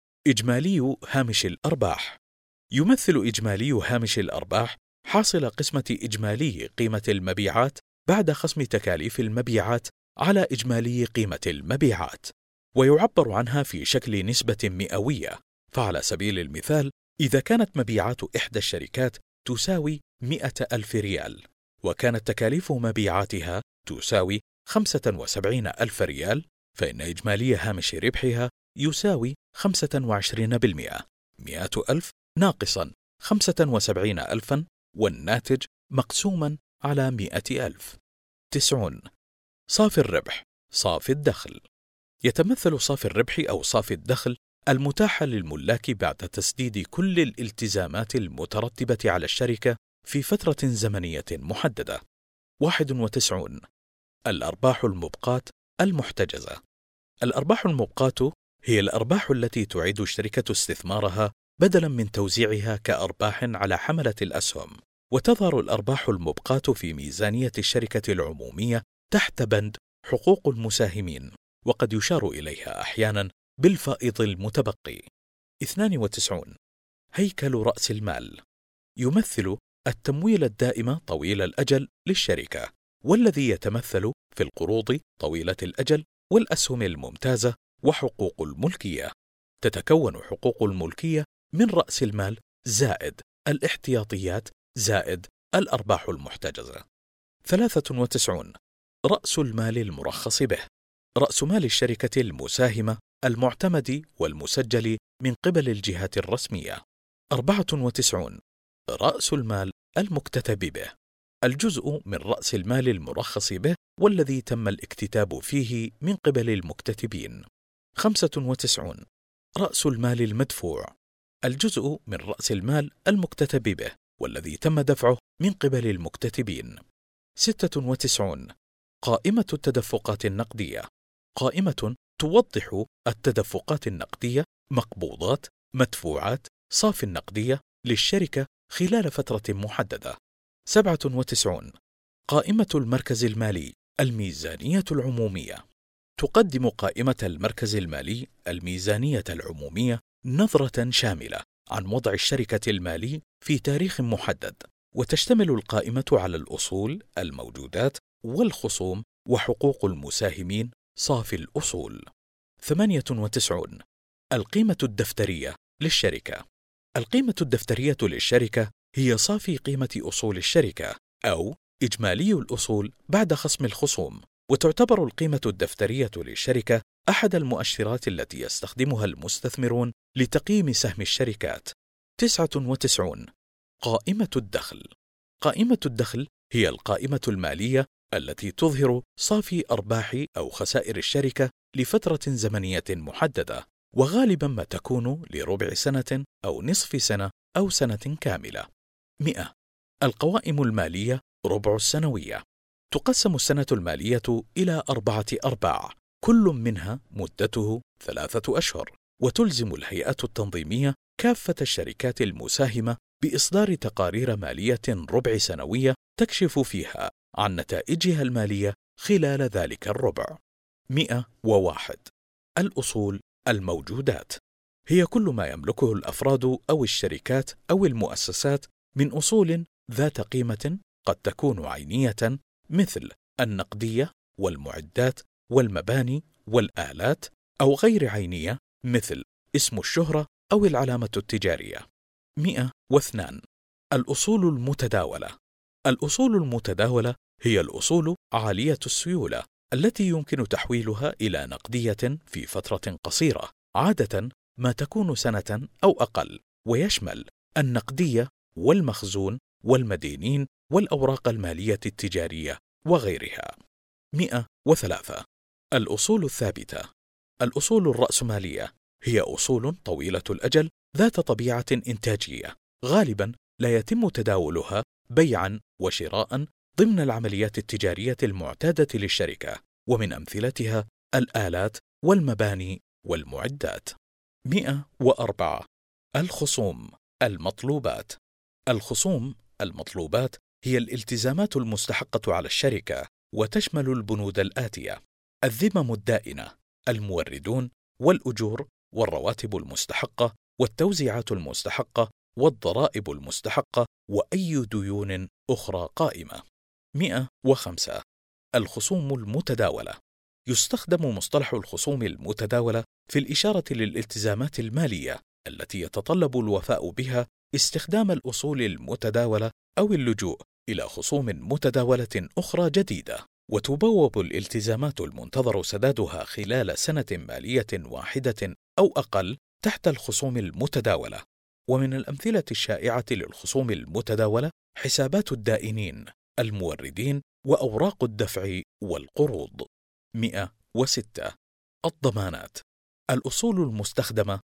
إجمالي هامش الأرباح. يمثل إجمالي هامش الأرباح حاصل قسمة إجمالي قيمة المبيعات بعد خصم تكاليف المبيعات على إجمالي قيمة المبيعات، ويعبر عنها في شكل نسبة مئوية. فعلى سبيل المثال، إذا كانت مبيعات إحدى الشركات تساوي مئة ألف ريال وكانت تكاليف مبيعاتها تساوي خمسة وسبعين ألف ريال، فإن إجمالي هامش ربحها يساوي خمسة وعشرين بالمئة. مئة ألف ناقصاً خمسة وسبعين ألفاً والناتج مقسوماً على مئة ألف. تسعون. صافي الربح. صافي الدخل. يتمثل صافي الربح أو صافي الدخل المتاحة للملاك بعد تسديد كل الالتزامات المترتبة على الشركة في فترة زمنية محددة. واحد وتسعون. الأرباح المبقاة المحتجزة. الأرباح المبقاة هي الأرباح التي تعيد الشركة استثمارها بدلاً من توزيعها كأرباح على حملة الأسهم، وتظهر الأرباح المبقاة في ميزانية الشركة العمومية تحت بند حقوق المساهمين، وقد يشار إليها أحياناً بالفائض المتبقي. اثنان وتسعون. هيكل رأس المال يمثل التمويل الدائم طويل الأجل للشركة، والذي يتمثل في القروض طويلة الأجل والأسهم الممتازة وحقوق الملكية. تتكون حقوق الملكية من رأس المال زائد الاحتياطيات زائد الأرباح المحتجزة. ثلاثة وتسعون. رأس المال المرخص به رأس مال الشركة المساهمة المعتمد والمسجل من قبل الجهات الرسمية. أربعة وتسعون. رأس المال المكتتب به الجزء من رأس المال المرخص به والذي تم الاكتتاب فيه من قبل المكتتبين. خمسة وتسعون. رأس المال المدفوع الجزء من رأس المال المكتتب به والذي تم دفعه من قبل المكتتبين. ستة وتسعون. قائمة التدفقات النقدية قائمة توضح التدفقات النقدية مقبوضات مدفوعات صافي النقدية للشركة خلال فترة محددة. سبعة وتسعون. قائمة المركز المالي الميزانية العمومية تقدم قائمة المركز المالي الميزانية العمومية نظرة شاملة عن وضع الشركة المالي في تاريخ محدد، وتشتمل القائمة على الأصول الموجودات والخصوم وحقوق المساهمين صافي الأصول. ثمانية وتسعون. القيمة الدفترية للشركة القيمة الدفترية للشركة هي صافي قيمة أصول الشركة أو إجمالي الأصول بعد خصم الخصوم، وتعتبر القيمة الدفترية للشركة أحد المؤشرات التي يستخدمها المستثمرون لتقييم سهم الشركات. تسعة وتسعون. قائمة الدخل قائمة الدخل هي القائمة المالية التي تظهر صافي أرباح أو خسائر الشركة لفترة زمنية محددة، وغالبا ما تكون لربع سنة أو نصف سنة أو سنة كاملة. مئة. القوائم المالية ربع السنوية تقسم السنة المالية إلى أربعة أرباع، كل منها مدته ثلاثة أشهر، وتلزم الهيئات التنظيمية كافة الشركات المساهمة بإصدار تقارير مالية ربع سنوية تكشف فيها عن نتائجها المالية خلال ذلك الربع. مئة وواحد. الأصول الموجودات هي كل ما يملكه الأفراد أو الشركات أو المؤسسات من أصول ذات قيمة قد تكون عينية مثل النقدية والمعدات والمباني والآلات، أو غير عينية مثل اسم الشهرة أو العلامة التجارية. مئة واثنان. الأصول المتداولة الأصول المتداولة هي الأصول عالية السيولة التي يمكن تحويلها إلى نقدية في فترة قصيرة، عادة ما تكون سنة أو أقل، ويشمل النقدية والمخزون والمدينين والأوراق المالية التجارية وغيرها. مئة وثلاثة. الأصول الثابتة الأصول الرأسمالية هي أصول طويلة الأجل ذات طبيعة إنتاجية، غالباً لا يتم تداولها بيعاً وشراءً ضمن العمليات التجارية المعتادة للشركة، ومن أمثلتها الآلات والمباني والمعدات. مئة وأربعة. الخصوم المطلوبات الخصوم المطلوبات هي الالتزامات المستحقة على الشركة، وتشمل البنود الآتية: الذمم الدائنة، الموردون، والأجور، والرواتب المستحقة، والتوزيعات المستحقة، والضرائب المستحقة، وأي ديون أخرى قائمة. مئة وخمسة. الخصوم المتداولة يستخدم مصطلح الخصوم المتداولة في الإشارة للالتزامات المالية التي يتطلب الوفاء بها استخدام الأصول المتداولة أو اللجوء إلى خصوم متداولة أخرى جديدة، وتبوب الالتزامات المنتظر سدادها خلال سنة مالية واحدة أو أقل تحت الخصوم المتداولة. ومن الأمثلة الشائعة للخصوم المتداولة حسابات الدائنين، الموردين، وأوراق الدفع والقروض. مئة وستة. الضمانات الأصول المستخدمة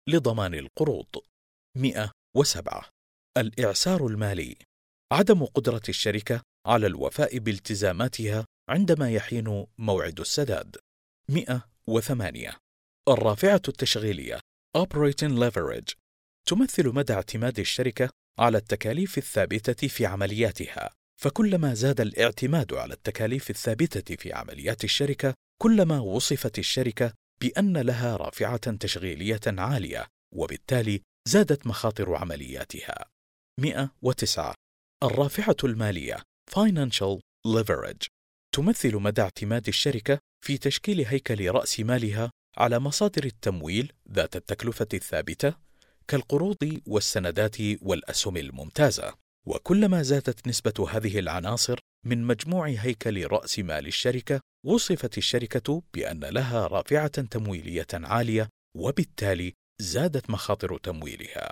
لضمان القروض. مئة وسبعة الإعسار المالي، عدم قدرة الشركة على الوفاء بالتزاماتها عندما يحين موعد السداد. مئة وثمانية الرافعة التشغيلية Operating Leverage، تمثل مدى اعتماد الشركة على التكاليف الثابتة في عملياتها، فكلما زاد الاعتماد على التكاليف الثابتة في عمليات الشركة كلما وصفت الشركة بأن لها رافعة تشغيلية عالية، وبالتالي زادت مخاطر عملياتها. مئة وتسعة الرافعة المالية Financial Leverage، تمثل مدى اعتماد الشركة في تشكيل هيكل رأس مالها على مصادر التمويل ذات التكلفة الثابتة كالقروض والسندات والأسهم الممتازة، وكلما زادت نسبة هذه العناصر من مجموع هيكل رأس مال الشركة وصفت الشركة بأن لها رافعة تمويلية عالية، وبالتالي زادت مخاطر تمويلها.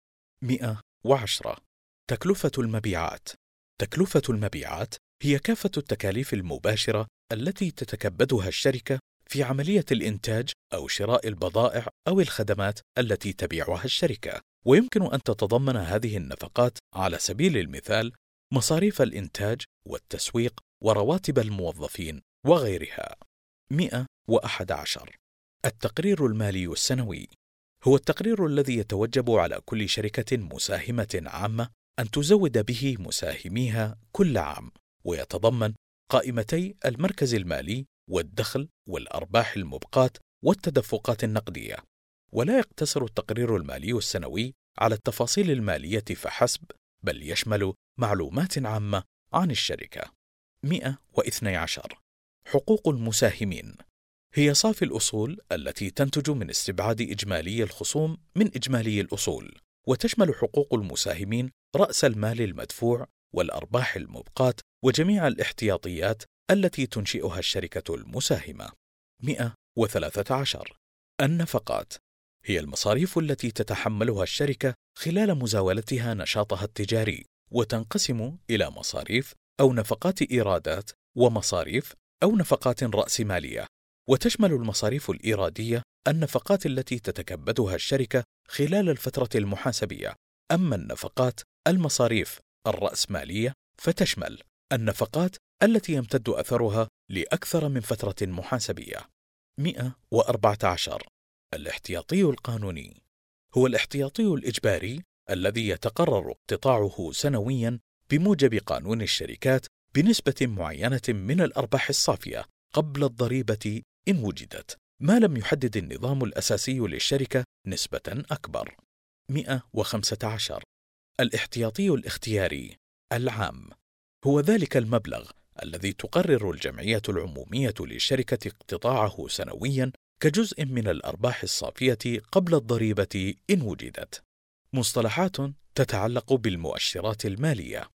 مئة وعشرة تكلفة المبيعات. تكلفة المبيعات هي كافة التكاليف المباشرة التي تتكبدها الشركة في عملية الإنتاج أو شراء البضائع أو الخدمات التي تبيعها الشركة، ويمكن أن تتضمن هذه النفقات على سبيل المثال مصاريف الإنتاج والتسويق ورواتب الموظفين وغيرها. مئة وأحد عشر التقرير المالي السنوي، هو التقرير الذي يتوجب على كل شركة مساهمة عامة أن تزود به مساهميها كل عام، ويتضمن قائمتي المركز المالي والدخل والأرباح المبقاة والتدفقات النقدية، ولا يقتصر التقرير المالي السنوي على التفاصيل المالية فحسب، بل يشمل معلومات عامة عن الشركة. مئة واثني عشر حقوق المساهمين، هي صافي الأصول التي تنتج من استبعاد إجمالي الخصوم من إجمالي الأصول، وتشمل حقوق المساهمين رأس المال المدفوع والأرباح المبقاة وجميع الاحتياطيات التي تنشئها الشركة المساهمة. مئة وثلاثة عشر النفقات، هي المصاريف التي تتحملها الشركة خلال مزاولتها نشاطها التجاري، وتنقسم إلى مصاريف أو نفقات إيرادات ومصاريف أو نفقات رأسمالية، وتشمل المصاريف الإيرادية النفقات التي تتكبدها الشركة خلال الفترة المحاسبية، أما النفقات المصاريف الرأسمالية فتشمل النفقات التي يمتد أثرها لأكثر من فترة محاسبية. مئة وأربعة عشر الاحتياطي القانوني، هو الاحتياطي الإجباري الذي يتقرر اقتطاعه سنوياً بموجب قانون الشركات بنسبة معينة من الأرباح الصافية قبل الضريبة إن وجدت، ما لم يحدد النظام الأساسي للشركة نسبة أكبر. مئة وخمسة عشر الاحتياطي الاختياري العام، هو ذلك المبلغ الذي تقرر الجمعية العمومية للشركة اقتطاعه سنوياً كجزء من الأرباح الصافية قبل الضريبة إن وجدت. مصطلحات تتعلق بالمؤشرات المالية.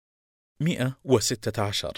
مئة وستة عشر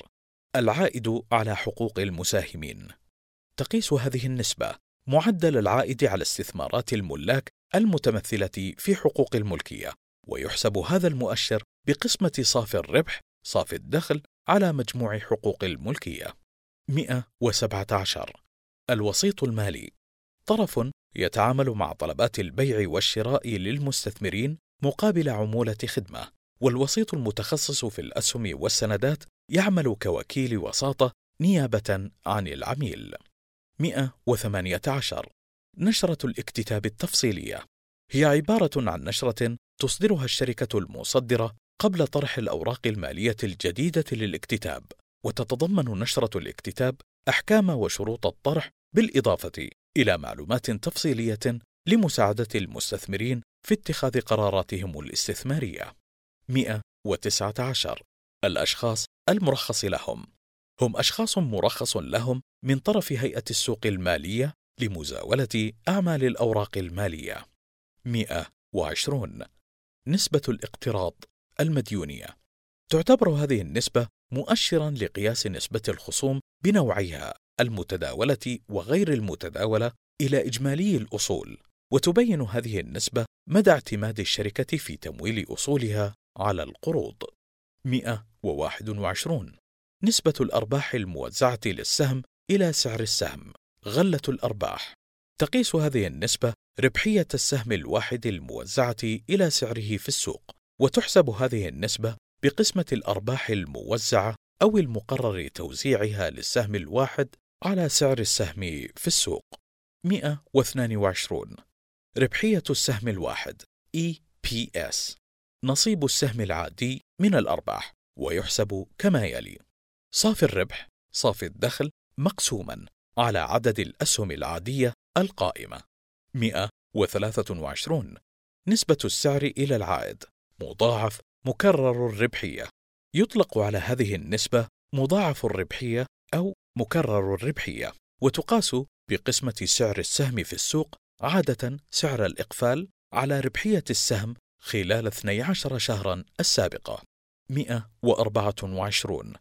العائد على حقوق المساهمين، تقيس هذه النسبة معدل العائد على استثمارات الملاك المتمثلة في حقوق الملكية، ويحسب هذا المؤشر بقسمة صافي الربح صافي الدخل على مجموع حقوق الملكية. مئة وسبعة عشر الوسيط المالي، طرف يتعامل مع طلبات البيع والشراء للمستثمرين مقابل عمولة خدمة، والوسيط المتخصص في الأسهم والسندات يعمل كوكيل وساطة نيابة عن العميل. مئة وثمانية عشر نشرة الاكتتاب التفصيلية، هي عبارة عن نشرة تصدرها الشركة المصدرة قبل طرح الأوراق المالية الجديدة للاكتتاب، وتتضمن نشرة الاكتتاب أحكام وشروط الطرح بالإضافة إلى معلومات تفصيلية لمساعدة المستثمرين في اتخاذ قراراتهم الاستثمارية. مئة وتسعة عشر الأشخاص المرخص لهم، هم أشخاص مرخص لهم من طرف هيئة السوق المالية لمزاولة أعمال الأوراق المالية. مئة وعشرون نسبة الاقتراض المديونية، تعتبر هذه النسبة مؤشراً لقياس نسبة الخصوم بنوعيها المتداولة وغير المتداولة إلى إجمالي الأصول، وتبين هذه النسبة مدى اعتماد الشركة في تمويل أصولها على القروض. مئة وواحد وعشرون نسبة الأرباح الموزعة للسهم إلى سعر السهم غلة الأرباح، تقيس هذه النسبة ربحية السهم الواحد الموزعة إلى سعره في السوق، وتحسب هذه النسبة بقسمة الأرباح الموزعة أو المقرر توزيعها للسهم الواحد على سعر السهم في السوق. مئة واثنين وعشرين ربحية السهم الواحد إي بي إس، نصيب السهم العادي من الأرباح، ويحسب كما يلي: صافي الربح صافي الدخل مقسوما على عدد الأسهم العادية القائمة. مئة وثلاثة وعشرين نسبة السعر إلى العائد مضاعف مكرر الربحية، يطلق على هذه النسبة مضاعف الربحية أو مكرر الربحية، وتقاس بقسمة سعر السهم في السوق، عادة سعر الإقفال، على ربحية السهم خلال اثني عشر شهرا السابقة. مئة وأربعة وعشرين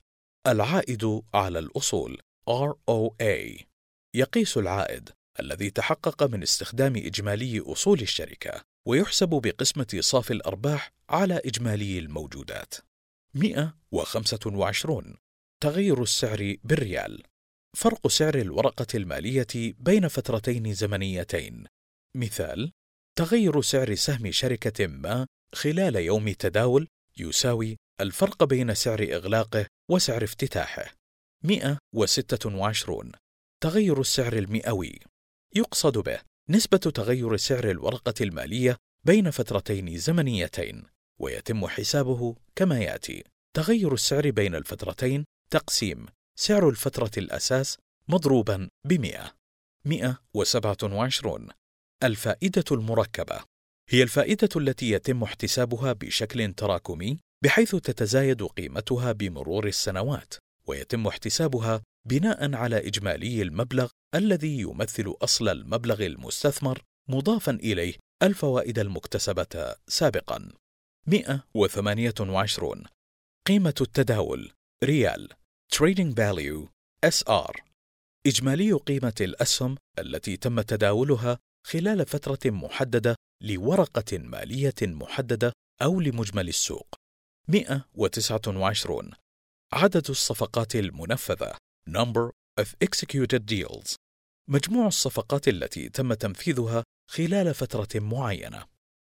العائد على الأصول آر أو إيه، يقيس العائد الذي تحقق من استخدام إجمالي أصول الشركة، ويحسب بقسمة صافي الأرباح على إجمالي الموجودات. مئة وخمسة وعشرين تغير السعر بالريال، فرق سعر الورقة المالية بين فترتين زمنيتين. مثال: تغير سعر سهم شركة ما خلال يوم تداول يساوي الفرق بين سعر إغلاقه وسعر افتتاحه. مئة وستة وعشرين تغير السعر المئوي، يقصد به نسبة تغير سعر الورقة المالية بين فترتين زمنيتين، ويتم حسابه كما يأتي: تغير السعر بين الفترتين تقسيم سعر الفترة الأساس مضروبا بمئة. مئة وسبعة وعشرين الفائدة المركبة، هي الفائدة التي يتم احتسابها بشكل تراكمي بحيث تتزايد قيمتها بمرور السنوات، ويتم احتسابها بناء على إجمالي المبلغ الذي يمثل أصل المبلغ المستثمر مضافا إليه الفوائد المكتسبة سابقا. مئة وثمانية وعشرين قيمة التداول ريال Trading Value إس آر، إجمالي قيمة الأسهم التي تم تداولها خلال فترة محددة لورقة مالية محددة أو لمجمل السوق. مئة وتسعة وعشرين عدد الصفقات المنفذة Number of Executed Deals، مجموع الصفقات التي تم تنفيذها خلال فترة معينة.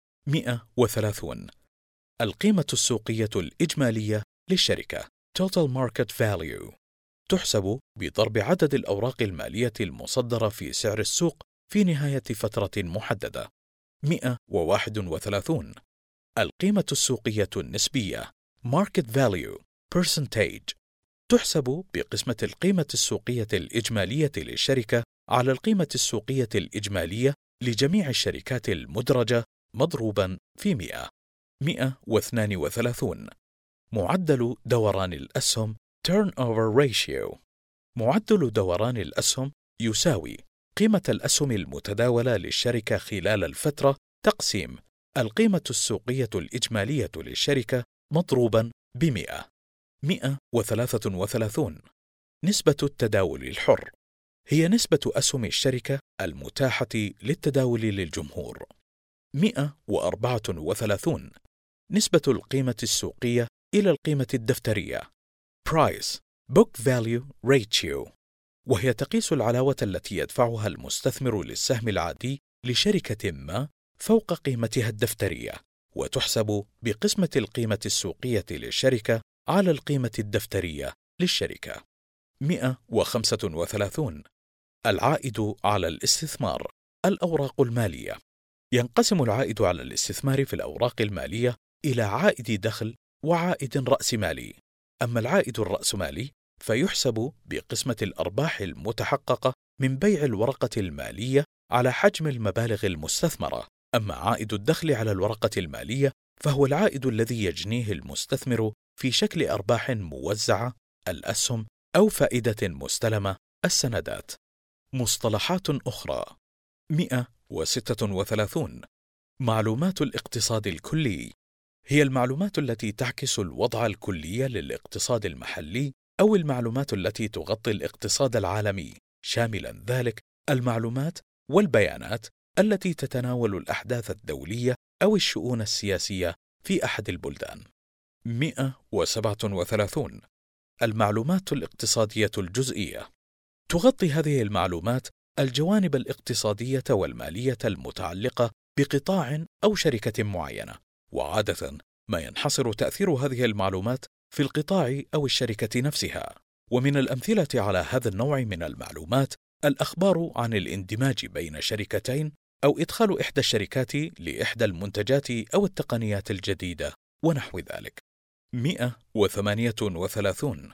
مئة وثلاثين القيمة السوقية الإجمالية للشركة Total Market Value، تحسب بضرب عدد الأوراق المالية المصدرة في سعر السوق في نهاية فترة محددة. مئة وواحد وثلاثين القيمة السوقية النسبية Market Value Percentage، تحسب بقسمة القيمة السوقية الإجمالية للشركة على القيمة السوقية الإجمالية لجميع الشركات المدرجة مضروبا في مئة. مئة واثنين وثلاثين معدل دوران الأسهم Turnover Ratio، معدل دوران الأسهم يساوي قيمة الأسهم المتداولة للشركة خلال الفترة تقسيم القيمة السوقية الإجمالية للشركة مضروبا بمئة. مئة وثلاثة وثلاثين نسبة التداول الحر، هي نسبة أسهم الشركة المتاحة للتداول للجمهور. مئة وأربعة وثلاثين نسبة القيمة السوقية إلى القيمة الدفترية Price Book Value Ratio، وهي تقيس العلاوة التي يدفعها المستثمر للسهم العادي لشركة ما فوق قيمتها الدفترية، وتحسب بقسمة القيمة السوقية للشركة على القيمة الدفترية للشركة. مئة وخمسة وثلاثين العائد على الاستثمار الأوراق المالية، ينقسم العائد على الاستثمار في الأوراق المالية إلى عائد دخل وعائد رأسمالي. أما العائد الرأسمالي فيحسب بقسمة الأرباح المتحققة من بيع الورقة المالية على حجم المبالغ المستثمرة. أما عائد الدخل على الورقة المالية فهو العائد الذي يجنيه المستثمر في شكل أرباح موزعة الأسهم أو فائدة مستلمة السندات. مصطلحات أخرى. مئة وستة وثلاثين معلومات الاقتصاد الكلي، هي المعلومات التي تعكس الوضع الكلي للاقتصاد المحلي أو المعلومات التي تغطي الاقتصاد العالمي، شاملا ذلك المعلومات والبيانات التي تتناول الأحداث الدولية أو الشؤون السياسية في أحد البلدان. مئة وسبعة وثلاثين المعلومات الاقتصادية الجزئية، تغطي هذه المعلومات الجوانب الاقتصادية والمالية المتعلقة بقطاع أو شركة معينة، وعادة ما ينحصر تأثير هذه المعلومات في القطاع أو الشركة نفسها. ومن الأمثلة على هذا النوع من المعلومات الأخبار عن الاندماج بين شركتين أو إدخال إحدى الشركات لإحدى المنتجات أو التقنيات الجديدة ونحو ذلك. مئة وثمانية وثلاثون.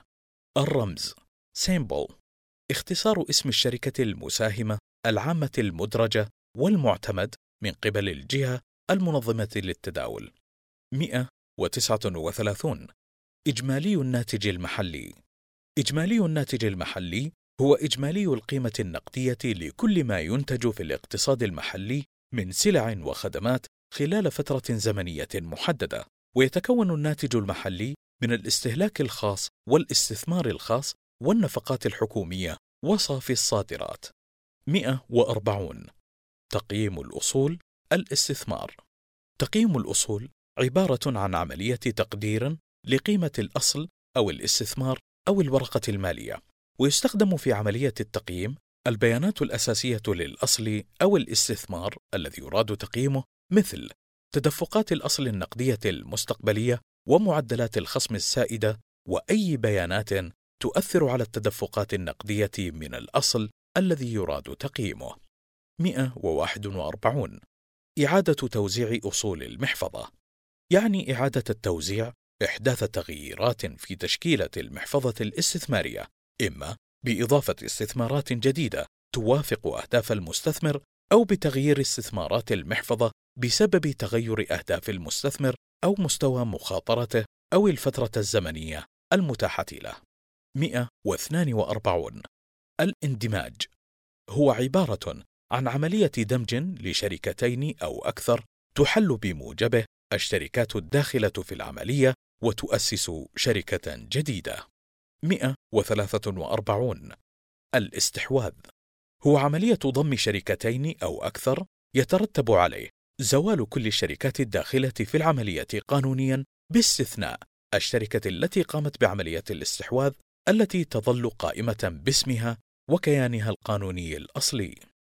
الرمز symbol، اختصار اسم الشركة المساهمة العامة المدرجة والمعتمد من قبل الجهة المنظمة للتداول. مئة وتسعة وثلاثون. إجمالي الناتج المحلي. إجمالي الناتج المحلي هو إجمالي القيمة النقدية لكل ما ينتج في الاقتصاد المحلي من سلع وخدمات خلال فترة زمنية محددة، ويتكون الناتج المحلي من الاستهلاك الخاص والاستثمار الخاص والنفقات الحكومية وصافي الصادرات. مئة وأربعون. تقييم الأصول الاستثمار. تقييم الأصول عبارة عن عملية تقدير لقيمة الأصل أو الاستثمار أو الورقة المالية، ويستخدم في عملية التقييم البيانات الأساسية للأصل أو الاستثمار الذي يراد تقييمه، مثل تدفقات الأصل النقدية المستقبلية ومعدلات الخصم السائدة وأي بيانات تؤثر على التدفقات النقدية من الأصل الذي يراد تقييمه. مئة وواحد وأربعون. إعادة توزيع أصول المحفظة، يعني إعادة التوزيع إحداث تغييرات في تشكيلة المحفظة الاستثمارية، إما بإضافة استثمارات جديدة توافق أهداف المستثمر أو بتغيير استثمارات المحفظة بسبب تغير أهداف المستثمر أو مستوى مخاطرته أو الفترة الزمنية المتاحة له. مئة واثنان وأربعون. الاندماج هو عبارة عن عملية دمج لشركتين أو أكثر تحل بموجبه الشركات الداخلة في العملية وتؤسس شركة جديدة. مئة وثلاثة وأربعون. الاستحواذ هو عملية ضم شركتين أو أكثر يترتب عليه زوال كل الشركات الداخلة في العملية قانونياً باستثناء الشركة التي قامت بعملية الاستحواذ التي تظل قائمة باسمها وكيانها القانوني الأصلي.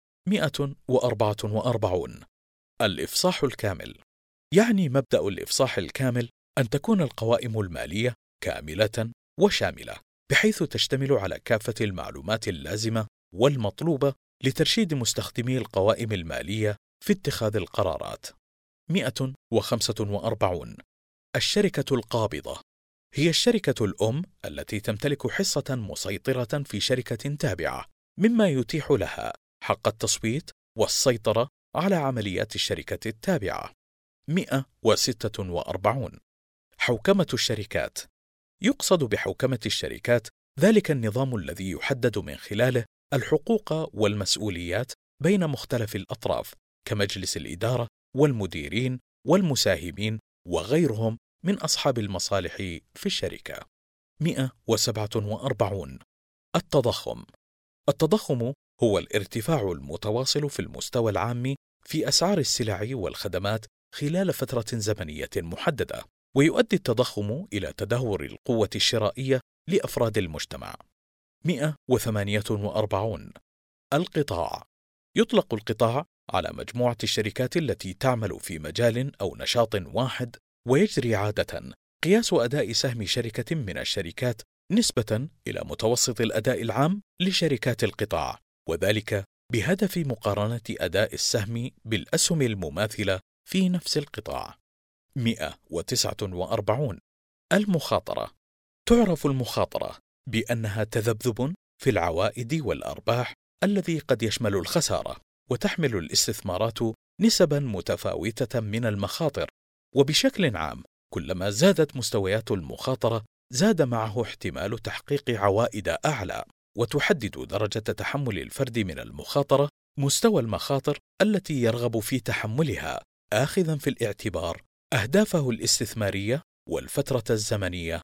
مئة وأربعة وأربعون. الإفصاح الكامل، يعني مبدأ الإفصاح الكامل أن تكون القوائم المالية كاملة وشاملة، بحيث تشتمل على كافة المعلومات اللازمة والمطلوبة لترشيد مستخدمي القوائم المالية في اتخاذ القرارات. مئة وخمسة وأربعون. الشركة القابضة هي الشركة الأم التي تمتلك حصة مسيطرة في شركة تابعة، مما يتيح لها حق التصويت والسيطرة على عمليات الشركة التابعة. مئة وستة وأربعون. حوكمة الشركات. يقصد بحوكمة الشركات ذلك النظام الذي يحدد من خلاله الحقوق والمسؤوليات بين مختلف الأطراف كمجلس الإدارة والمديرين والمساهمين وغيرهم من أصحاب المصالح في الشركة. مئة وسبعة وأربعون. التضخم. التضخم هو الارتفاع المتواصل في المستوى العام في أسعار السلع والخدمات خلال فترة زمنية محددة، ويؤدي التضخم إلى تدهور القوة الشرائية لأفراد المجتمع. مئة وثمانية وأربعون. القطاع. يطلق القطاع على مجموعة الشركات التي تعمل في مجال أو نشاط واحد، ويجري عادة قياس أداء سهم شركة من الشركات نسبة إلى متوسط الأداء العام لشركات القطاع، وذلك بهدف مقارنة أداء السهم بالأسهم المماثلة في نفس القطاع. مئة وتسعة وأربعون. المخاطرة. تعرف المخاطرة بأنها تذبذب في العوائد والأرباح الذي قد يشمل الخسارة، وتحمل الاستثمارات نسبا متفاوتة من المخاطر، وبشكل عام كلما زادت مستويات المخاطرة زاد معه احتمال تحقيق عوائد أعلى، وتحدد درجة تحمل الفرد من المخاطرة مستوى المخاطر التي يرغب في تحملها، آخذا في الاعتبار أهدافه الاستثمارية والفترة الزمنية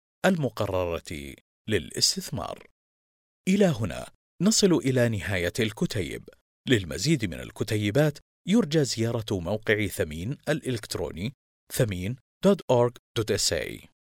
المقررة للاستثمار. إلى هنا نصل إلى نهاية الكتيب. للمزيد من الكتيبات يرجى زيارة موقع ثمين الإلكتروني ثمين دوت أورغ دوت إس إيه.